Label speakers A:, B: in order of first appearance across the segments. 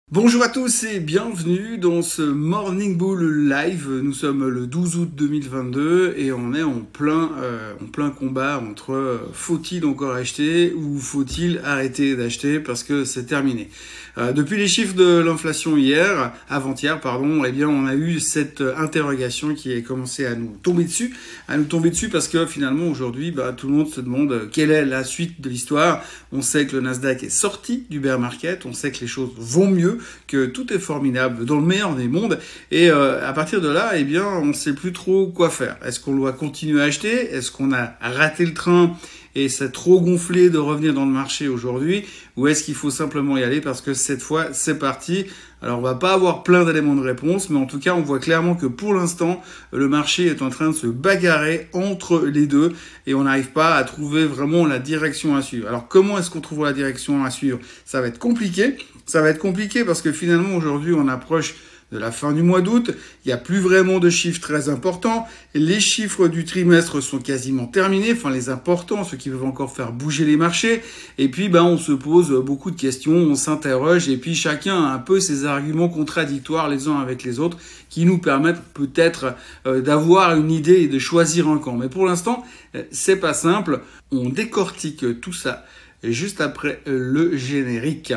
A: Bonjour à tous et bienvenue dans ce Morning Bull Live. Nous sommes le 12 août 2022 et on est en plein combat entre faut-il encore acheter ou faut-il arrêter d'acheter parce que c'est terminé. Depuis les chiffres de l'inflation avant-hier, eh bien on a eu cette interrogation qui a commencé à nous tomber dessus parce que finalement aujourd'hui, tout le monde se demande quelle est la suite de l'histoire. On sait que le Nasdaq est sorti du bear market, on sait que les choses vont mieux, que tout est formidable dans le meilleur des mondes et à partir de là, eh bien, on ne sait plus trop quoi faire. Est-ce qu'on doit continuer à acheter? Est-ce qu'on a raté le train et c'est trop gonflé de revenir dans le marché aujourd'hui? Ou est-ce qu'il faut simplement y aller parce que cette fois, c'est parti? Alors, on va pas avoir plein d'éléments de réponse, mais en tout cas, on voit clairement que pour l'instant, le marché est en train de se bagarrer entre les deux et on n'arrive pas à trouver vraiment la direction à suivre. Alors, comment est-ce qu'on trouve la direction à suivre? Ça va être compliqué. Ça va être compliqué parce que finalement, aujourd'hui, on approche de la fin du mois d'août, il n'y a plus vraiment de chiffres très importants, les chiffres du trimestre sont quasiment terminés, enfin les importants, ceux qui peuvent encore faire bouger les marchés, et puis on se pose beaucoup de questions, on s'interroge, et puis chacun a un peu ses arguments contradictoires les uns avec les autres, qui nous permettent peut-être d'avoir une idée et de choisir un camp. Mais pour l'instant, c'est pas simple, on décortique tout ça juste après le générique.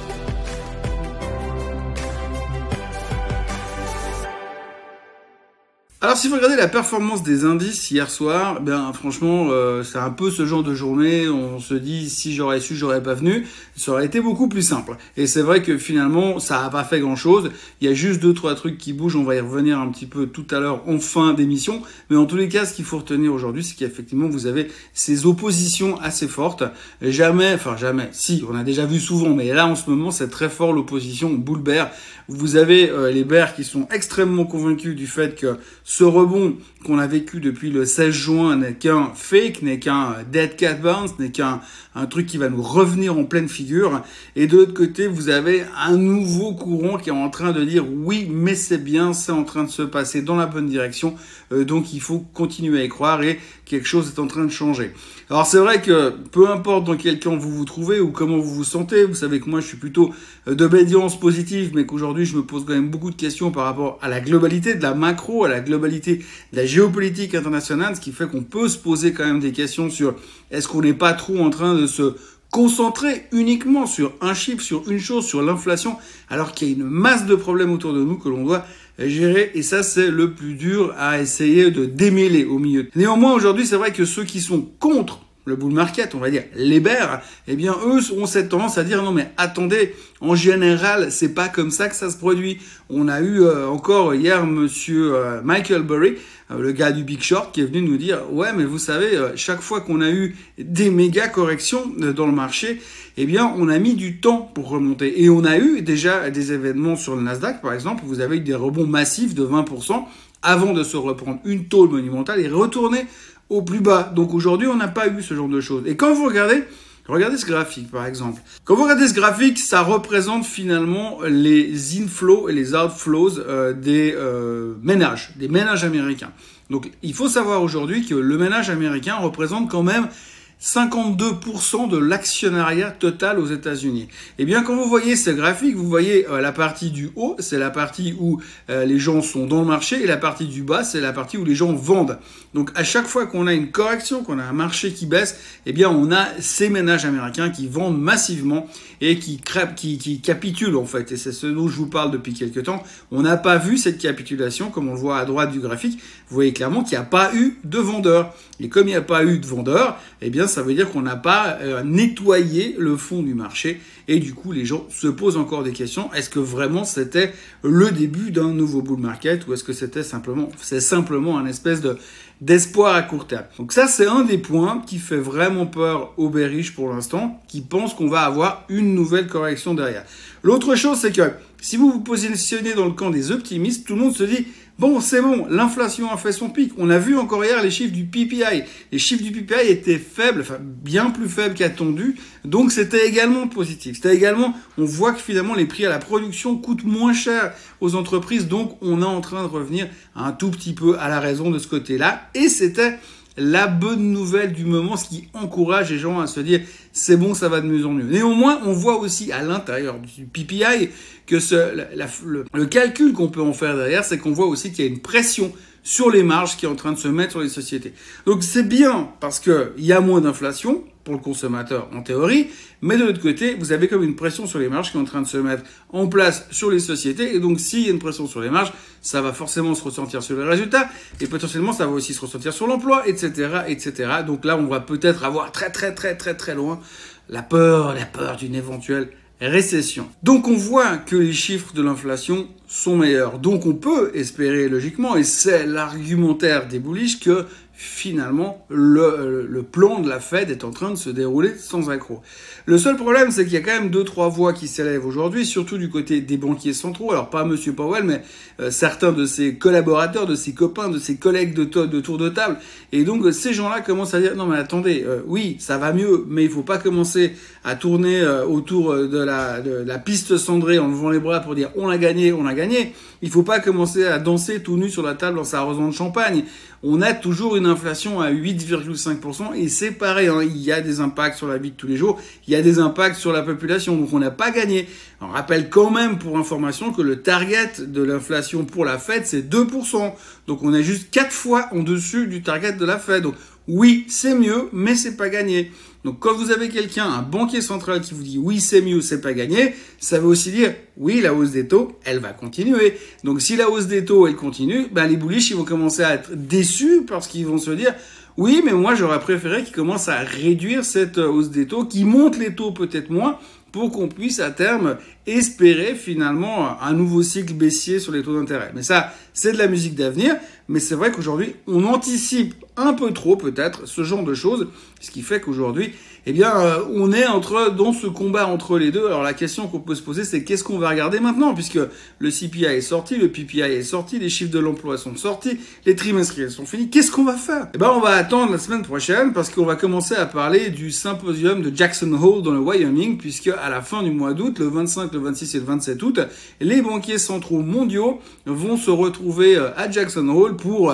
A: Alors si vous regardez la performance des indices hier soir, franchement c'est un peu ce genre de journée, on se dit si j'aurais su, j'aurais pas venu, ça aurait été beaucoup plus simple. Et c'est vrai que finalement ça a pas fait grand chose, il y a juste 2-3 trucs qui bougent, on va y revenir un petit peu tout à l'heure en fin d'émission, mais en tous les cas ce qu'il faut retenir aujourd'hui c'est qu'effectivement vous avez ces oppositions assez fortes, jamais, si on a déjà vu souvent, mais là en ce moment c'est très fort l'opposition bull bear. Vous avez les bears qui sont extrêmement convaincus du fait que ce rebond qu'on a vécu depuis le 16 juin n'est qu'un fake, n'est qu'un dead cat bounce, n'est qu'un truc qui va nous revenir en pleine figure. Et de l'autre côté, vous avez un nouveau courant qui est en train de dire oui, mais c'est bien, c'est en train de se passer dans la bonne direction. Donc il faut continuer à y croire et quelque chose est en train de changer. Alors c'est vrai que peu importe dans quel camp vous vous trouvez ou comment vous vous sentez, vous savez que moi je suis plutôt d'obédience positive, mais qu'aujourd'hui je me pose quand même beaucoup de questions par rapport à la globalité de la macro, à la globalité de la géopolitique internationale, ce qui fait qu'on peut se poser quand même des questions sur est-ce qu'on n'est pas trop en train de se concentrer uniquement sur un chiffre, sur une chose, sur l'inflation, alors qu'il y a une masse de problèmes autour de nous que l'on doit gérer, et ça c'est le plus dur à essayer de démêler au milieu. Néanmoins aujourd'hui c'est vrai que ceux qui sont contre le bull market, on va dire les bears, eh bien eux ont cette tendance à dire non mais attendez, en général c'est pas comme ça que ça se produit. On a eu encore hier monsieur Michael Burry, le gars du Big Short, qui est venu nous dire ouais mais vous savez chaque fois qu'on a eu des méga corrections dans le marché, eh bien on a mis du temps pour remonter et on a eu déjà des événements sur le Nasdaq par exemple, vous avez eu des rebonds massifs de 20% avant de se reprendre une tôle monumentale et retourner au plus bas. Donc aujourd'hui, on n'a pas eu ce genre de choses. Et quand vous regardez ce graphique, par exemple. Quand vous regardez ce graphique, ça représente finalement les inflows et les outflows des ménages américains. Donc il faut savoir aujourd'hui que le ménage américain représente quand même 52% de l'actionnariat total aux États-Unis. Et bien, quand vous voyez ce graphique, vous voyez la partie du haut, c'est la partie où les gens sont dans le marché, et la partie du bas, c'est la partie où les gens vendent. Donc, à chaque fois qu'on a une correction, qu'on a un marché qui baisse, eh bien, on a ces ménages américains qui vendent massivement et qui capitulent en fait. Et c'est ce dont je vous parle depuis quelques temps. On n'a pas vu cette capitulation, comme on le voit à droite du graphique. Vous voyez clairement qu'il n'y a pas eu de vendeurs. Et comme il n'y a pas eu de vendeurs, eh bien, ça veut dire qu'on n'a pas nettoyé le fond du marché et du coup les gens se posent encore des questions. Est-ce que vraiment c'était le début d'un nouveau bull market ou est-ce que c'est simplement un espèce d'espoir à court terme? Donc ça c'est un des points qui fait vraiment peur aux bearish pour l'instant, qui pensent qu'on va avoir une nouvelle correction derrière. L'autre chose c'est que si vous vous positionnez dans le camp des optimistes, tout le monde se dit bon, c'est bon, l'inflation a fait son pic. On a vu encore hier les chiffres du PPI. Les chiffres du PPI étaient faibles, enfin bien plus faibles qu'attendu. Donc c'était également positif. C'était également, on voit que finalement les prix à la production coûtent moins cher aux entreprises. Donc on est en train de revenir un tout petit peu à la raison de ce côté-là. Et c'était la bonne nouvelle du moment, ce qui encourage les gens à se dire c'est bon, ça va de mieux en mieux. Néanmoins, on voit aussi à l'intérieur du PPI que le calcul qu'on peut en faire derrière, c'est qu'on voit aussi qu'il y a une pression sur les marges qui est en train de se mettre sur les sociétés. Donc c'est bien parce que il y a moins d'inflation pour le consommateur en théorie, mais de l'autre côté, vous avez comme une pression sur les marges qui est en train de se mettre en place sur les sociétés. Et donc s'il y a une pression sur les marges, ça va forcément se ressentir sur les résultats et potentiellement ça va aussi se ressentir sur l'emploi, etc., etc. Donc là, on va peut-être avoir très loin la peur d'une éventuelle récession. Donc on voit que les chiffres de l'inflation sont meilleurs. Donc on peut espérer logiquement, et c'est l'argumentaire des bullish, que finalement le plan de la Fed est en train de se dérouler sans accroc. Le seul problème, c'est qu'il y a quand même 2-3 voix qui s'élèvent aujourd'hui, surtout du côté des banquiers centraux. Alors pas Monsieur Powell, mais certains de ses collaborateurs, de ses copains, de ses collègues de tour de table. Et donc ces gens-là commencent à dire non mais attendez, oui ça va mieux, mais il faut pas commencer à tourner autour de la piste cendrée en levant les bras pour dire on a gagné. Il faut pas commencer à danser tout nu sur la table en s'arrosant de champagne. On a toujours une inflation à 8,5% et c'est pareil, hein, il y a des impacts sur la vie de tous les jours, il y a des impacts sur la population, donc on n'a pas gagné. On rappelle quand même pour information que le target de l'inflation pour la Fed c'est 2%, donc on est juste 4 fois en dessus du target de la Fed. Donc oui, c'est mieux, mais c'est pas gagné. Donc quand vous avez quelqu'un, un banquier central qui vous dit oui c'est mieux, c'est pas gagné, ça veut aussi dire oui la hausse des taux, elle va continuer. Donc si la hausse des taux elle continue, les bullish ils vont commencer à être déçus parce qu'ils vont se dire oui mais moi j'aurais préféré qu'ils commencent à réduire cette hausse des taux, qu'ils montent les taux peut-être moins pour qu'on puisse à terme espérer finalement un nouveau cycle baissier sur les taux d'intérêt. Mais ça, c'est de la musique d'avenir, mais c'est vrai qu'aujourd'hui, on anticipe un peu trop peut-être ce genre de choses, ce qui fait qu'aujourd'hui, on est dans ce combat entre les deux. Alors la question qu'on peut se poser, c'est qu'est-ce qu'on va regarder maintenant, puisque le CPI est sorti, le PPI est sorti, les chiffres de l'emploi sont sortis, les trimestriels sont finis. Qu'est-ce qu'on va faire? On va attendre la semaine prochaine parce qu'on va commencer à parler du symposium de Jackson Hole dans le Wyoming, puisque à la fin du mois d'août, le 25, le 26 et le 27 août, les banquiers centraux mondiaux vont se retrouver à Jackson Hole pour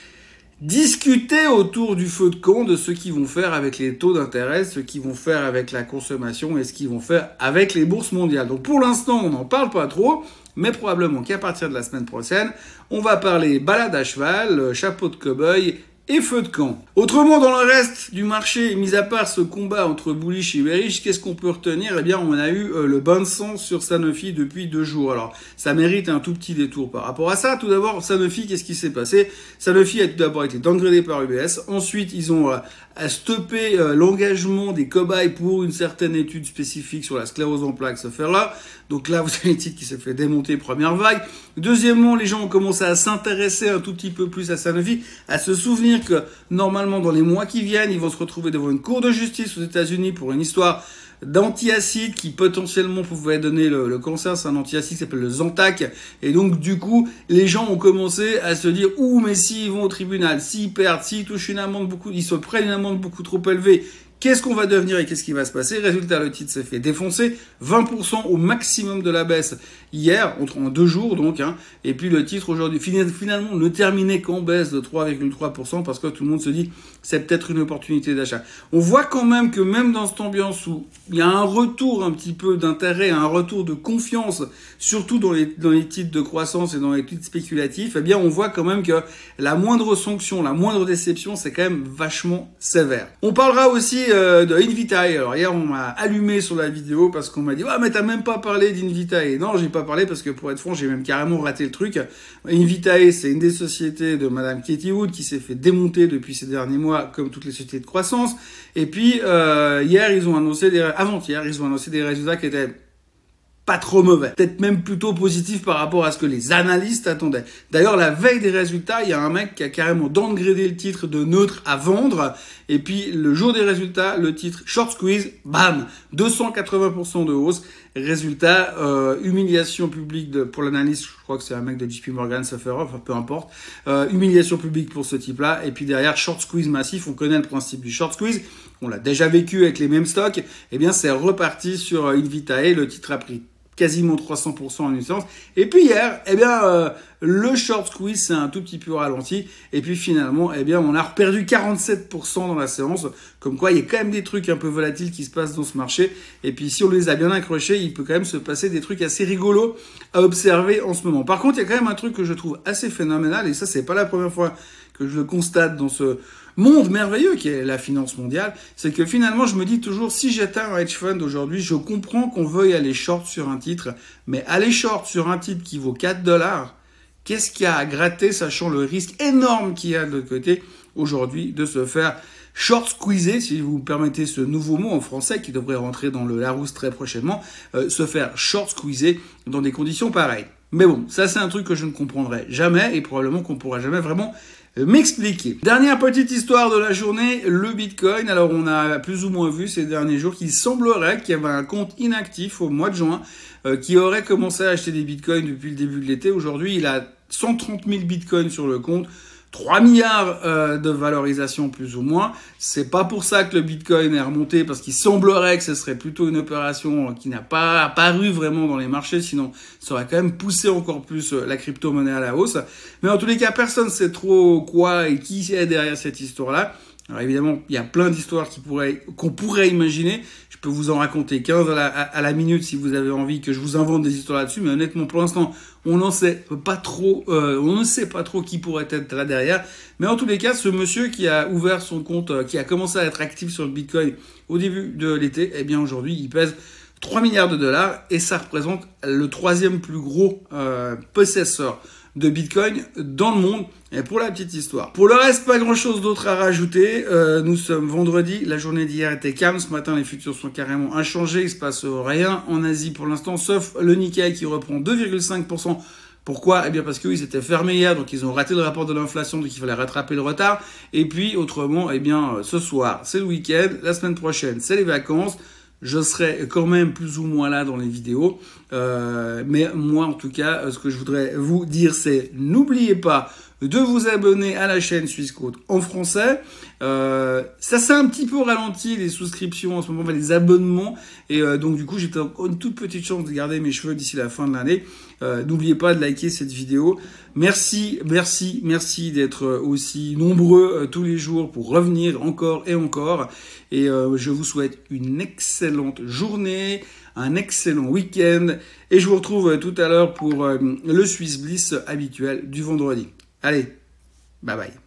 A: discuter autour du feu de camp de ce qu'ils vont faire avec les taux d'intérêt, ce qu'ils vont faire avec la consommation et ce qu'ils vont faire avec les bourses mondiales. Donc pour l'instant, on n'en parle pas trop, mais probablement qu'à partir de la semaine prochaine, on va parler balade à cheval, chapeau de cow-boy et feu de camp. Autrement, dans le reste du marché, mis à part ce combat entre bullish et bearish, qu'est-ce qu'on peut retenir? On a eu le bain de sang sur Sanofi depuis 2 jours. Alors, ça mérite un tout petit détour par rapport à ça. Tout d'abord, Sanofi, qu'est-ce qui s'est passé? Sanofi a tout d'abord été downgradé par UBS. Ensuite, ils ont stoppé l'engagement des cobayes pour une certaine étude spécifique sur la sclérose en plaques, ce faire-là. Donc là, vous avez le titre qui s'est fait démonter, première vague. Deuxièmement, les gens ont commencé à s'intéresser un tout petit peu plus à Sanofi, à se souvenir que normalement dans les mois qui viennent, ils vont se retrouver devant une cour de justice aux États-Unis pour une histoire d'antiacide qui potentiellement pouvait donner le cancer. C'est un antiacide qui s'appelle le Zantac. Et donc du coup, les gens ont commencé à se dire mais s'ils vont au tribunal, s'ils perdent, s'ils touchent ils se prennent une amende beaucoup trop élevée, qu'est-ce qu'on va devenir et qu'est-ce qui va se passer? Résultat, le titre s'est fait défoncer, 20% au maximum de la baisse hier, en 2 jours donc, et puis le titre aujourd'hui finalement ne terminait qu'en baisse de 3,3% parce que tout le monde se dit c'est peut-être une opportunité d'achat. On voit quand même que même dans cette ambiance où il y a un retour un petit peu d'intérêt, un retour de confiance, surtout dans les titres de croissance et dans les titres spéculatifs, on voit quand même que la moindre sanction, la moindre déception, c'est quand même vachement sévère. On parlera aussi de Invitae. Alors hier, on m'a allumé sur la vidéo parce qu'on m'a dit mais t'as même pas parlé d'Invitae. Non, j'ai pas parlé parce que pour être franc, j'ai même carrément raté le truc. Invitae, c'est une des sociétés de Madame Katie Wood qui s'est fait démonter depuis ces derniers mois, comme toutes les sociétés de croissance. Et puis avant-hier, ils ont annoncé des résultats qui étaient pas trop mauvais, peut-être même plutôt positif par rapport à ce que les analystes attendaient. D'ailleurs, la veille des résultats, il y a un mec qui a carrément downgradé le titre de neutre à vendre, et puis le jour des résultats, le titre short squeeze, bam, 280% de hausse. Résultat, humiliation publique pour l'analyste, je crois que c'est un mec de JP Morgan, ça fait peu importe, humiliation publique pour ce type-là, et puis derrière, short squeeze massif, on connaît le principe du short squeeze, on l'a déjà vécu avec les mêmes stocks, c'est reparti sur Invitae, le titre a pris quasiment 300% en une séance. Et puis hier, eh bien, le short squeeze s'est un tout petit peu ralenti. Et puis finalement, eh bien, on a perdu 47% dans la séance. Comme quoi, il y a quand même des trucs un peu volatiles qui se passent dans ce marché. Et puis si on les a bien accrochés, il peut quand même se passer des trucs assez rigolos à observer en ce moment. Par contre, il y a quand même un truc que je trouve assez phénoménal. Et ça, c'est pas la première fois que je le constate dans ce monde merveilleux qui est la finance mondiale, c'est que finalement je me dis toujours, si j'étais un hedge fund aujourd'hui, je comprends qu'on veuille aller short sur un titre, mais aller short sur un titre qui vaut 4 $, qu'est-ce qu'il y a à gratter, sachant le risque énorme qu'il y a de l'autre côté aujourd'hui de se faire short squeezer, si vous me permettez ce nouveau mot en français qui devrait rentrer dans le Larousse très prochainement, se faire short squeezer dans des conditions pareilles. Mais bon, ça c'est un truc que je ne comprendrai jamais et probablement qu'on pourra jamais vraiment m'expliquer. Dernière petite histoire de la journée, le Bitcoin. Alors on a plus ou moins vu ces derniers jours qu'il semblerait qu'il y avait un compte inactif au mois de juin qui aurait commencé à acheter des Bitcoins depuis le début de l'été. Aujourd'hui, il a 130 000 Bitcoins sur le compte. 3 milliards de valorisation plus ou moins. C'est pas pour ça que le Bitcoin est remonté, parce qu'il semblerait que ce serait plutôt une opération qui n'a pas apparu vraiment dans les marchés, sinon ça aurait quand même poussé encore plus la crypto-monnaie à la hausse. Mais en tous les cas, personne ne sait trop quoi et qui est derrière cette histoire-là. Alors évidemment, il y a plein d'histoires qu'on pourrait imaginer. Je peux vous en raconter 15 à la minute si vous avez envie que je vous invente des histoires là-dessus. Mais honnêtement, pour l'instant, on ne sait pas trop qui pourrait être là derrière. Mais en tous les cas, ce monsieur qui a ouvert son compte, qui a commencé à être actif sur le Bitcoin au début de l'été, eh bien aujourd'hui, il pèse 3 milliards de dollars et ça représente le troisième plus gros possesseur de Bitcoin dans le monde. Et pour la petite histoire. Pour le reste, pas grand chose d'autre à rajouter. Nous sommes vendredi. La journée d'hier était calme. Ce matin, les futurs sont carrément inchangés. Il se passe rien en Asie pour l'instant, sauf le Nikkei qui reprend 2,5%. Pourquoi ? Eh bien parce qu'ils étaient fermés hier, donc ils ont raté le rapport de l'inflation, donc il fallait rattraper le retard. Et puis autrement, eh bien ce soir, c'est le week-end. La semaine prochaine, c'est les vacances. Je serai quand même plus ou moins là dans les vidéos. Mais moi, en tout cas, ce que je voudrais vous dire, c'est n'oubliez pas de vous abonner à la chaîne Swissquote en français. Ça s'est un petit peu ralenti, les souscriptions en ce moment, les abonnements. Et donc du coup, j'ai encore une toute petite chance de garder mes cheveux d'ici la fin de l'année. N'oubliez pas de liker cette vidéo. Merci d'être aussi nombreux tous les jours pour revenir encore et encore. Et je vous souhaite une excellente journée, un excellent week-end. Et je vous retrouve tout à l'heure pour le Swiss Bliss habituel du vendredi. Allez, bye bye.